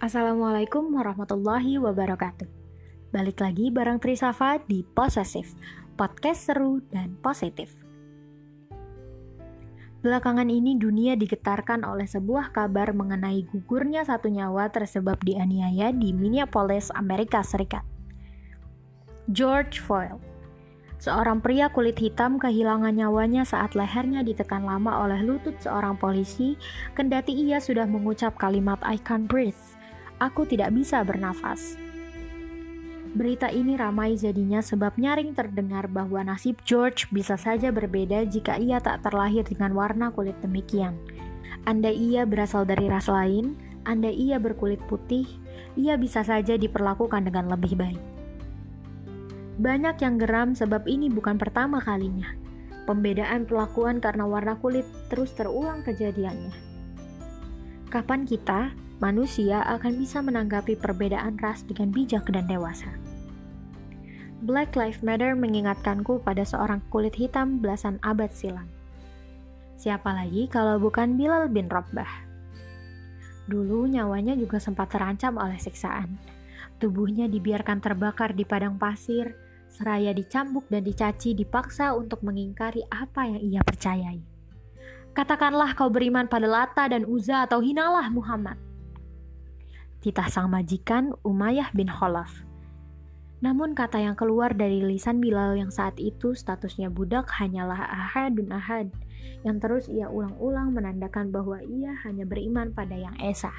Assalamualaikum warahmatullahi wabarakatuh. Balik lagi bareng Trisafa di Posesif, podcast seru dan positif. Belakangan ini dunia digetarkan oleh sebuah kabar mengenai gugurnya satu nyawa tersebab dianiaya di Minneapolis, Amerika Serikat. George Floyd, seorang pria kulit hitam, kehilangan nyawanya saat lehernya ditekan lama oleh lutut seorang polisi, kendati ia sudah mengucap kalimat "I can't breathe", aku tidak bisa bernafas. Berita ini ramai jadinya sebab nyaring terdengar bahwa nasib George bisa saja berbeda jika ia tak terlahir dengan warna kulit demikian. Andai ia berasal dari ras lain, andai ia berkulit putih, ia bisa saja diperlakukan dengan lebih baik. Banyak yang geram sebab ini bukan pertama kalinya. Pembedaan perlakuan karena warna kulit terus terulang kejadiannya. Kapan kita, manusia, akan bisa menanggapi perbedaan ras dengan bijak dan dewasa? Black Lives Matter mengingatkanku pada seorang kulit hitam belasan abad silam. Siapa lagi kalau bukan Bilal bin Rabah? Dulu nyawanya juga sempat terancam oleh siksaan. Tubuhnya dibiarkan terbakar di padang pasir, seraya dicambuk dan dicaci dipaksa untuk mengingkari apa yang ia percayai. Katakanlah kau beriman pada Lata dan Uzza atau hinalah Muhammad, titah sang majikan Umayyah bin Khalaf. Namun kata yang keluar dari lisan Bilal yang saat itu statusnya budak hanyalah ahadun ahad, yang terus ia ulang-ulang menandakan bahwa ia hanya beriman pada yang esa.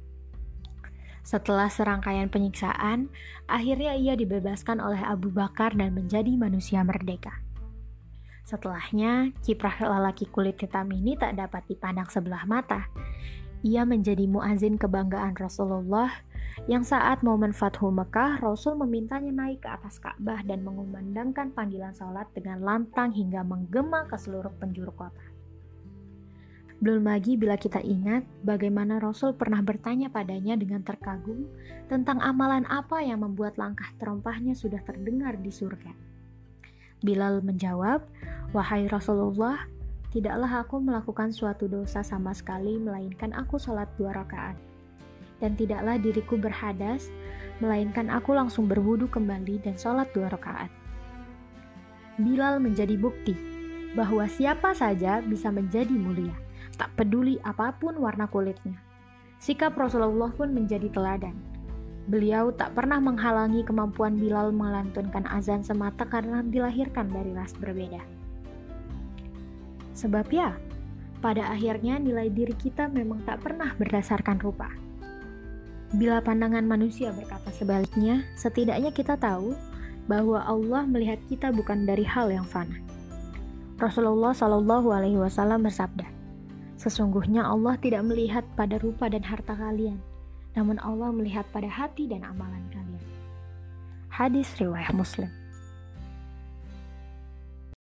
Setelah serangkaian penyiksaan, akhirnya ia dibebaskan oleh Abu Bakar dan menjadi manusia merdeka. Setelahnya, kiprah lelaki kulit hitam ini tak dapat dipandang sebelah mata. Ia menjadi muazin kebanggaan Rasulullah, yang saat momen Fathu Mekah, Rasul memintanya naik ke atas Ka'bah dan mengumandangkan panggilan salat dengan lantang hingga menggema ke seluruh penjuru kota. Belum lagi bila kita ingat bagaimana Rasul pernah bertanya padanya dengan terkagum tentang amalan apa yang membuat langkah terompahnya sudah terdengar di surga. Bilal menjawab, "Wahai Rasulullah, tidaklah aku melakukan suatu dosa sama sekali melainkan aku sholat 2 rakaat. Dan tidaklah diriku berhadas, melainkan aku langsung berwudu kembali dan sholat 2 rakaat. Bilal menjadi bukti bahwa siapa saja bisa menjadi mulia, tak peduli apapun warna kulitnya. Sikap Rasulullah pun menjadi teladan. Beliau tak pernah menghalangi kemampuan Bilal melantunkan azan semata karena dilahirkan dari ras berbeda. Sebab ya, pada akhirnya nilai diri kita memang tak pernah berdasarkan rupa. Bila pandangan manusia berkata sebaliknya, setidaknya kita tahu bahwa Allah melihat kita bukan dari hal yang fana. Rasulullah SAW bersabda, "Sesungguhnya Allah tidak melihat pada rupa dan harta kalian, namun Allah melihat pada hati dan amalan kalian." Hadis riwayat Muslim.